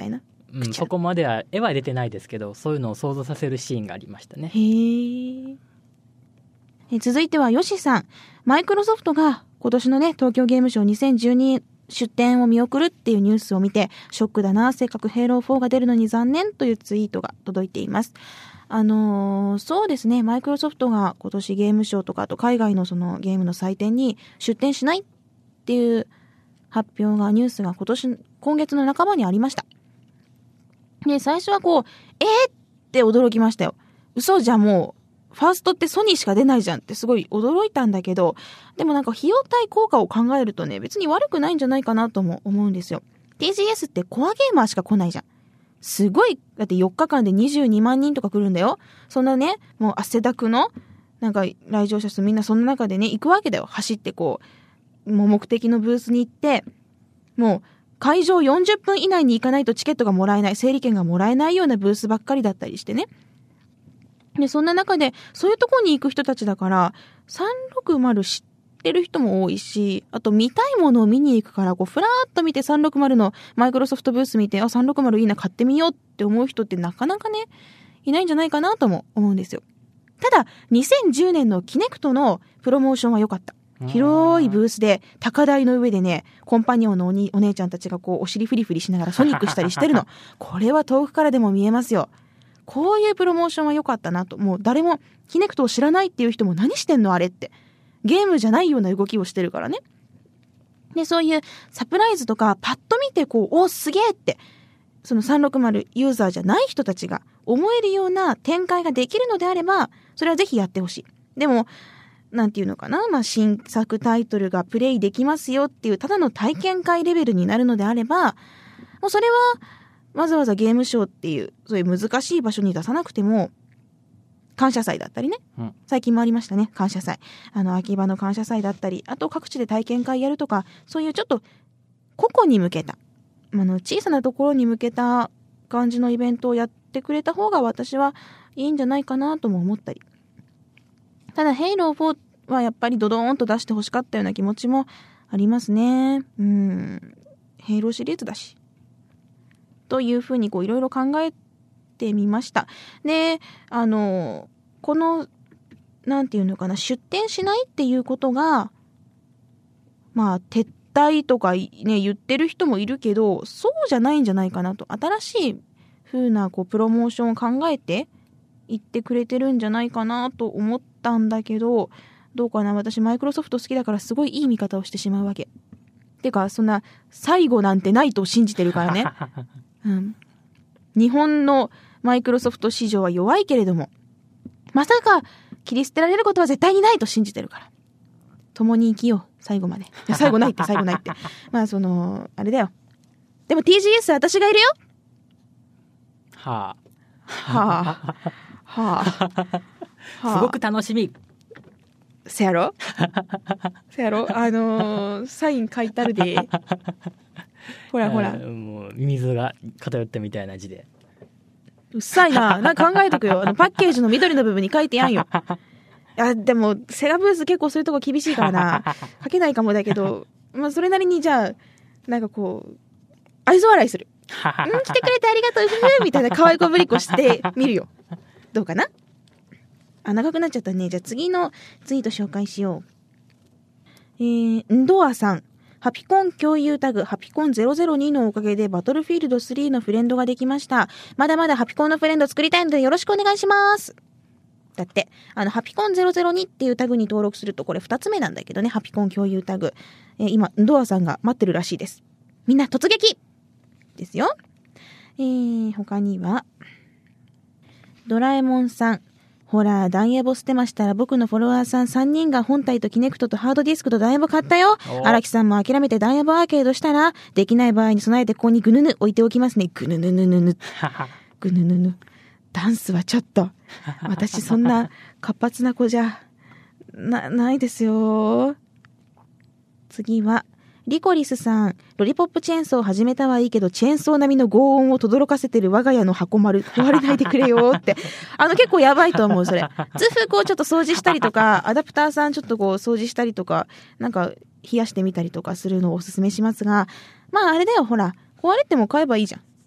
うん、そこまでは絵は出てないですけど、そういうのを想像させるシーンがありましたね。 へー。え続いてはヨシさん。マイクロソフトが今年のね東京ゲームショウにせんじゅうに出展を見送るっていうニュースを見てショックだな、せっかくヘイローフォーが出るのに残念というツイートが届いています。あのー、そうですね、マイクロソフトが今年ゲームショウとかあと海外のそのゲームの祭典に出展しないっていう発表がニュースが今年今月の半ばにありました。で最初はこうえーって驚きましたよ。嘘じゃもうファーストってソニーしか出ないじゃんってすごい驚いたんだけど、でもなんか費用対効果を考えるとね別に悪くないんじゃないかなとも思うんですよ。 ティージーエス ってコアゲーマーしか来ないじゃん。すごい、だってよっかかんでにじゅうにまんにんとか来るんだよ。そんなねもう汗だくのなんか来場者数みんなその中でね行くわけだよ。走ってこうもう目的のブースに行ってもう会場よんじゅっぷん以内に行かないとチケットがもらえない、整理券がもらえないようなブースばっかりだったりしてね。でそんな中でそういうところに行く人たちだからさんろくまる知ってる人も多いし、あと見たいものを見に行くからこうフラーっと見てさんろくまるのマイクロソフトブース見てあさんろくまるいいな買ってみようって思う人ってなかなかねいないんじゃないかなとも思うんですよ。ただにせんじゅうねんのキネクトのプロモーションは良かった。広いブースで高台の上でねコンパニオンのおにお姉ちゃんたちがこうお尻フリフリしながらソニックしたりしてるのこれは遠くからでも見えますよ。こういうプロモーションは良かったなと。もう誰もキネクトを知らないっていう人も何してんのあれってゲームじゃないような動きをしてるからね。でそういうサプライズとかパッと見てこうおすげえってそのさんろくまるユーザーじゃない人たちが思えるような展開ができるのであればそれはぜひやってほしい。でもなんていうのかな、まあ、新作タイトルがプレイできますよっていうただの体験会レベルになるのであればもうそれはわざわざゲームショーっていうそういう難しい場所に出さなくても感謝祭だったりね、うん、最近もありましたね感謝祭、あの秋葉の感謝祭だったりあと各地で体験会やるとかそういうちょっと個々に向けたあの小さなところに向けた感じのイベントをやってくれた方が私はいいんじゃないかなとも思ったり、ただヘイローフォーはやっぱりドドーンと出してほしかったような気持ちもありますね。うんヘイローシリーズだしというふうにこういろいろ考えてみました。であのこのなんていうのかな出展しないっていうことがまあ撤退とかね言ってる人もいるけどそうじゃないんじゃないかなと。新しい風なこうプロモーションを考えて言ってくれてるんじゃないかなと思ったんだけどどうかな。私マイクロソフト好きだからすごいいい見方をしてしまうわけてかそんな最後なんてないと信じてるからね、うん、日本のマイクロソフト市場は弱いけれどもまさか切り捨てられることは絶対にないと信じてるから共に生きよう最後まで。最後ないって最後ないってまあそのあれだよ。でも ティージーエス 私がいるよ。 はあはあはあすごく楽しみ。 せやろせやろあのー、サイン書いてあるでほらほらもう水が偏ったみたいな字でうっさいな。なんか考えとくよ。あのパッケージの緑の部分に書いてやんよ。いやでもセガブース結構そういうとこ厳しいからな書けないかもだけどまあそれなりにじゃあなんかこう愛想笑いするうん来てくれてありがとうふふみたいな可愛いこぶりっこしてみるよ。どうかな。あ長くなっちゃったね。じゃあ次のツイート紹介しよう。えー、んどあさんハピコン共有タグハピコンゼロゼロにのおかげでバトルフィールドスリーのフレンドができました。まだまだハピコンのフレンド作りたいのでよろしくお願いします。だってあのハピコンゼロゼロにっていうタグに登録するとこれふたつめなんだけどねハピコン共有タグ、えー、今んどあさんが待ってるらしいです。みんな突撃ですよ。えー、他にはドラえもんさんほらダイヤボ捨てましたら僕のフォロワーさんさんにんが本体とキネクトとハードディスクとダイヤボ買ったよ。荒木さんも諦めてダイヤボアーケードしたらできない場合に備えてここにグヌヌ置いておきますね。グヌヌヌヌヌグヌヌヌダンスはちょっと私そんな活発な子じゃな、ないですよ。次はリコリスさんロリポップチェーンソー始めたはいいけどチェーンソー並みの轟音を轟かせてる我が家の箱丸壊れないでくれよってあの結構やばいと思うそれ。通風こうちょっと掃除したりとかアダプターさんちょっとこう掃除したりとかなんか冷やしてみたりとかするのをおすすめしますがまああれだよほら壊れても買えばいいじゃん。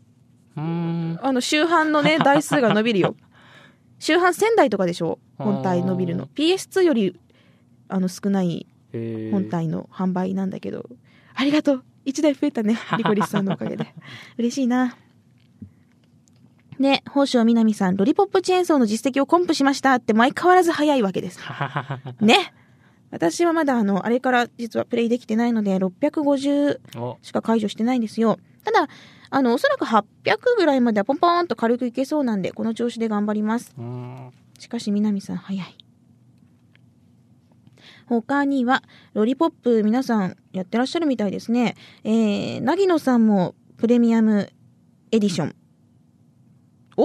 うーん、 あの周波のね台数が伸びるよ。周波せんだいとかでしょ本体伸びるの。 ピーエスツー よりあの少ない本体の販売なんだけど、ありがとう、いちだい増えたね、リコリスさんのおかげで嬉しいな。で、宝生みなみさん、ロリポップチェーンソーの実績をコンプしましたって相変わらず早いわけですね。私はまだあのあれから実はプレイできてないのでろっぴゃくごじゅうしか解除してないんですよ。ただあのおそらくはっぴゃくぐらいまではポンポーンと軽くいけそうなんで、この調子で頑張ります。しかしみなみさん早い。他にはロリポップ皆さんやってらっしゃるみたいですね。えー、なぎのさんもプレミアムエディション。お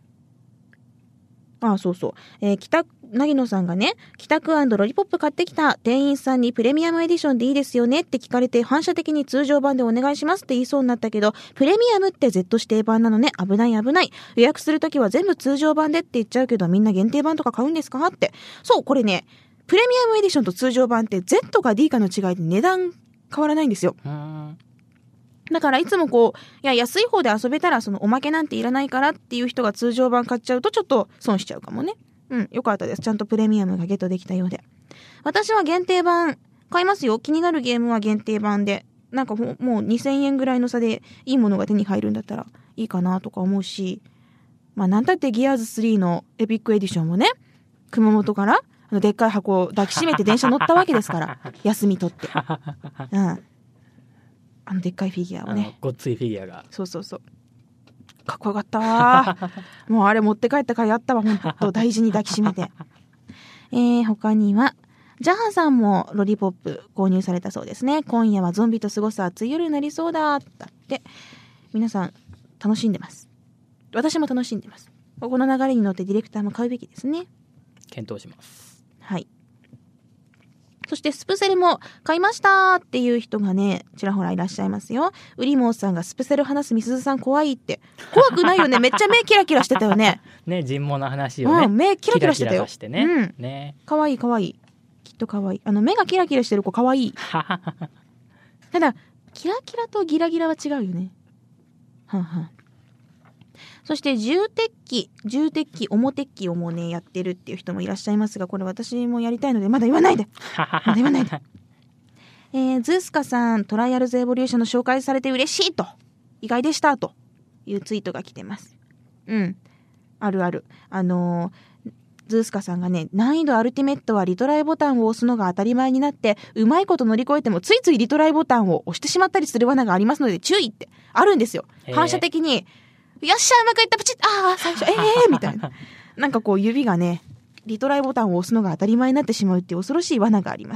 ああ、そうそう。えー、北、なぎのさんがね、北区&ロリポップ買ってきた店員さんにプレミアムエディションでいいですよねって聞かれて、反射的に通常版でお願いしますって言いそうになったけど、プレミアムって Z 指定版なのね。危ない危ない。予約するときは全部通常版でって言っちゃうけど、みんな限定版とか買うんですかって。そう、これね、プレミアムエディションと通常版って Z か D かの違いで値段変わらないんですよ。だからいつもこう、いや安い方で遊べたらそのおまけなんていらないからっていう人が通常版買っちゃうとちょっと損しちゃうかもね。うん、よかったです。ちゃんとプレミアムがゲットできたようで。私は限定版買いますよ。気になるゲームは限定版で。なんかもうにせんえんぐらいの差でいいものが手に入るんだったらいいかなとか思うし。まあなんたってギアーズスリーのエピックエディションもね、熊本からあのでっかい箱を抱きしめて電車乗ったわけですから。休み取って。うん。あのでっかいフィギュアをね。 ごっついフィギュアが。 そうそうそう。かっこよかったもうあれ持って帰ったからやったわ、ほんと大事に抱きしめて。えー、他には、ジャハさんもロリポップ購入されたそうですね。今夜はゾンビと過ごす暑い夜になりそうだ。だって。皆さん、楽しんでます。私も楽しんでます。この流れに乗ってディレクターも買うべきですね。 検討します。 はい。そしてスプセルも買いましたっていう人がね、ちらほらいらっしゃいますよ。ウリモーさんがスプセル話すみすずさん怖いって。怖くないよね。めっちゃ目キラキラしてたよね。 ね、人毛の話をね。 うん、目キラキラしてたよ。 キラキラしてね。うん。ね。 かわいいかわいい。きっとかわいい。あの、目がキラキラしてる子かわいい。ただ、キラキラとギラギラは違うよね。はんはん。そして重鉄器、重鉄器、重鉄器をもうね、やってるっていう人もいらっしゃいますが、これ私もやりたいので、まだ言わないでまだ言わないでえー、ズースカさん、トライアルズエボリューションの紹介されて嬉しいと、意外でしたというツイートが来てます。うん。あるある。あのー、ズースカさんがね、難易度アルティメットはリトライボタンを押すのが当たり前になって、うまいこと乗り越えてもついついリトライボタンを押してしまったりする罠がありますので注意ってあるんですよ。反射的に、よっしゃうまくいったプチッああ最初ええー、みたいななんかこう指がねリトライボタンを押すのが当たり前になってしまうっていう恐ろしい罠があります。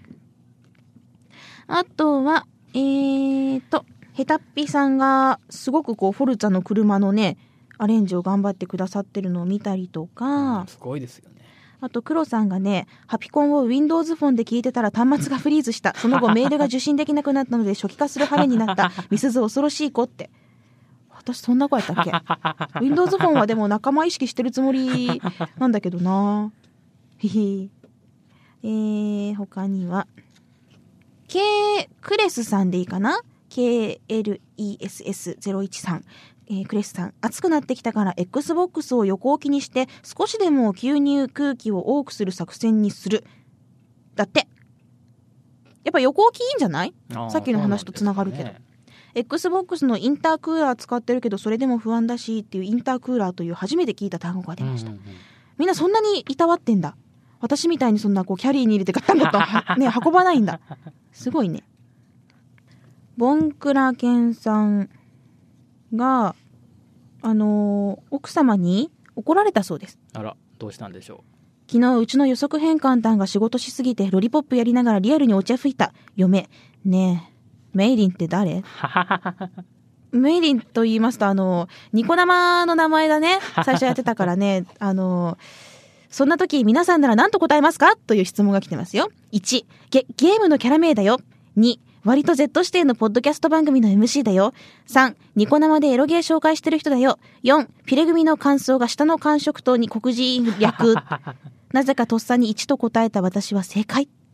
あとはえーとヘタッピさんがすごくこうフォルツァの車のねアレンジを頑張ってくださってるのを見たりとか、 うん、すごいですよね。 あと黒さんがねハピコンを Windows フォンで聞いてたら端末がフリーズした、その後メールが受信できなくなったので初期化する羽目になったみすず恐ろしい子って。私そんな子やったっけWindows フォンはでも仲間意識してるつもりなんだけどなひひえー、他には K クレスさんでいいかな ケーエルイーエスエスゼロいちさん、えー、クレスさん暑くなってきたから Xbox を横置きにして少しでも吸入空気を多くする作戦にするだって。やっぱ横置きいいんじゃない？さっきの話とつながるけど、Xbox のインタークーラー使ってるけどそれでも不安だしっていうインタークーラーという初めて聞いた単語が出ました、うんうんうん、みんなそんなにいたわってんだ。私みたいにそんなこうキャリーに入れてガッタンガッタン、ね、運ばないんだ。すごいね。ボンクラケンさんがあのー、奥様に怒られたそうです。 あら、どうしたんでしょう。昨日うちの予測変換単が仕事しすぎてロリポップやりながらリアルにお茶吹いた嫁ねえメイリンって誰メイリンと言いますと、あの、ニコ生の名前だね。最初やってたからね。あの、そんな時皆さんなら何と答えますかという質問が来てますよ。いち、ゲ、ゲームのキャラ名だよ。に、割と Z 指定のポッドキャスト番組の エムシー だよ。さん、ニコ生でエロゲー紹介してる人だよ。よん、ピレ組の感想が下の感触とに黒人略。なぜかとっさにいちと答えた私は正解。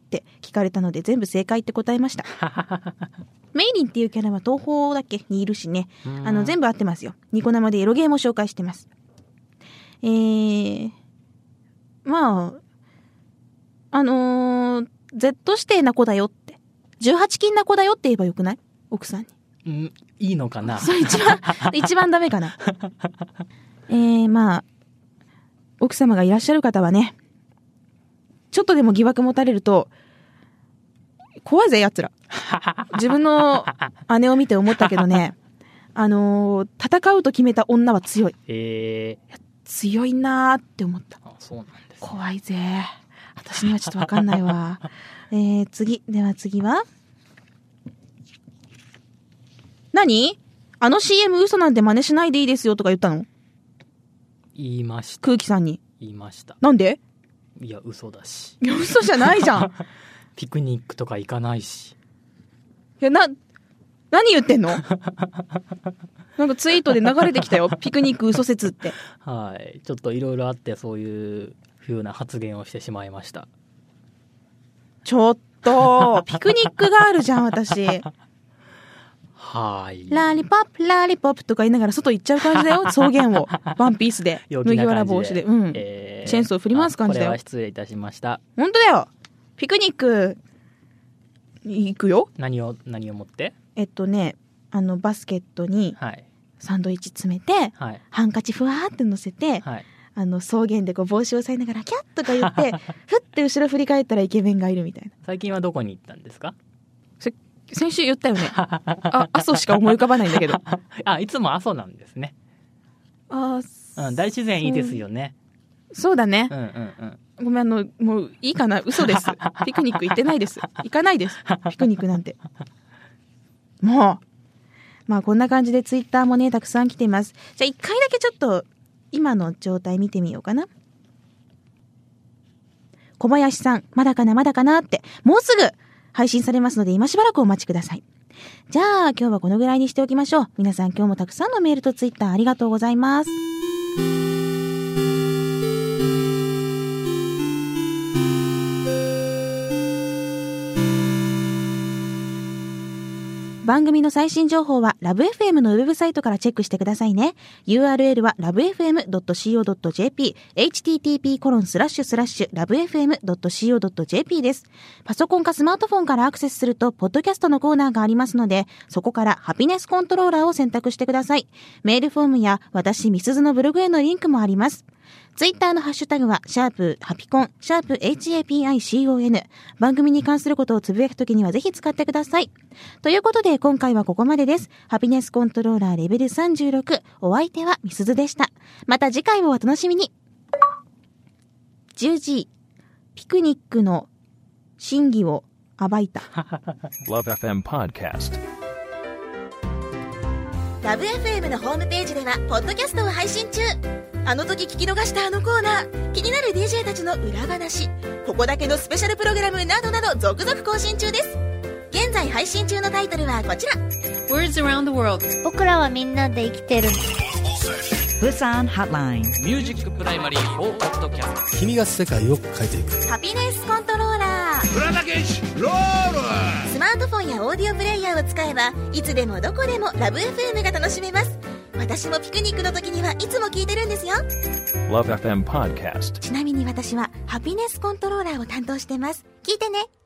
って聞かれたので全部正解って答えましたメイリンっていうキャラは東宝だっけにいるしね、あの全部合ってますよ。ニコ生でエロゲームを紹介してます。えー、まああのー、Z 指定な子だよってじゅうはち禁な子だよって言えばよくない？奥さんに。 うん、いいのかな。 それ一番一番ダメかなえー、まあ奥様がいらっしゃる方はね、ちょっとでも疑惑持たれると怖いぜ奴ら。自分の姉を見て思ったけどね、あのー、戦うと決めた女は強い。 えー、 強いなーって思った。 あ、そうなんですね。 怖いぜ。私にはちょっとわかんないわ。えー、次では次は何？あの シーエム 嘘なんで真似しないでいいですよとか言ったの？ 言いました。 空気さんに言いました。 なんで？ いや嘘だし。 いや嘘じゃないじゃんピクニックとか行かないし。 いやな何言ってんのなんかツイートで流れてきたよピクニック嘘説って。 はい、ちょっといろいろあってそういう風な発言をしてしまいました。 ちょっとピクニックがあるじゃん私はい。 ラリポップラリポップとか言いながら外行っちゃう感じだよ草原をワンピースで麦わら帽子で、うん、えー、チェーンソー振り回す感じだよ。 これは失礼いたしました。 本当だよ。ピクニック行くよ。 何を何を持って？ えっとねあのバスケットにサンドイッチ詰めて、はい、ハンカチふわーって乗せて、はい、あの草原でこう帽子を押さえながらキャッとか言ってふって後ろ振り返ったらイケメンがいるみたいな。 最近はどこに行ったんですか？ 先週言ったよねあ、阿蘇しか思い浮かばないんだけどあ、いつも阿蘇なんですね。 あ、 うん、大自然いいですよね。 そうだね、 うんうんうん、ごめんあのもういいかな、嘘ですピクニック行ってないです、行かないですピクニックなんて。もうまあこんな感じでツイッターもねたくさん来ています。じゃあ一回だけちょっと今の状態見てみようかな。小林さん、まだかなまだかなって、もうすぐ配信されますので今しばらくお待ちください。じゃあ今日はこのぐらいにしておきましょう。皆さん今日もたくさんのメールとツイッターありがとうございます。番組の最新情報はラブ エフエム のウェブサイトからチェックしてくださいね。ユーアールエル は ラブエフエムドットシーオードットジェーピー エイチティーティーピーコロンスラッシュスラッシュラブエフエムドットシーオードットジェーピー です。パソコンかスマートフォンからアクセスするとポッドキャストのコーナーがありますので、そこからハピネスコントローラーを選択してください。メールフォームや私みすずのブログへのリンクもあります。ツイッターのハッシュタグは、シャープハピコン、シャープ エイチエーピーアイシーオーエヌ。番組に関することをつぶやくときにはぜひ使ってください。ということで、今回はここまでです。ハピネスコントローラーレベルさんじゅうろく。お相手はみすずでした。また次回をお楽しみに。じゅうじ、ピクニックの真偽を暴いた。 Love エフエム Podcast。 ラブ エフエム のホームページではポッドキャストを配信中。あの時聞き逃したあのコーナー、気になる ディージェー たちの裏話、ここだけのスペシャルプログラムなどなど続々更新中です。現在配信中のタイトルはこちら。 Words Around the World。 僕らはみんなで生きてる。 ブサンハッライン。 ミュージックプライマリーフォーポッドキャスト。 君が世界を変えていく。 ハピネスコントローラー。 プラダケシロール。 スマートフォンやオーディオプレイヤーを使えばいつでもどこでもラブ エフエム が楽しめます。私もピクニックの時にはいつも聞いてるんですよ。 Love エフエム Podcast。 ちなみに私はハピネスコントローラーを担当してます。聞いてね。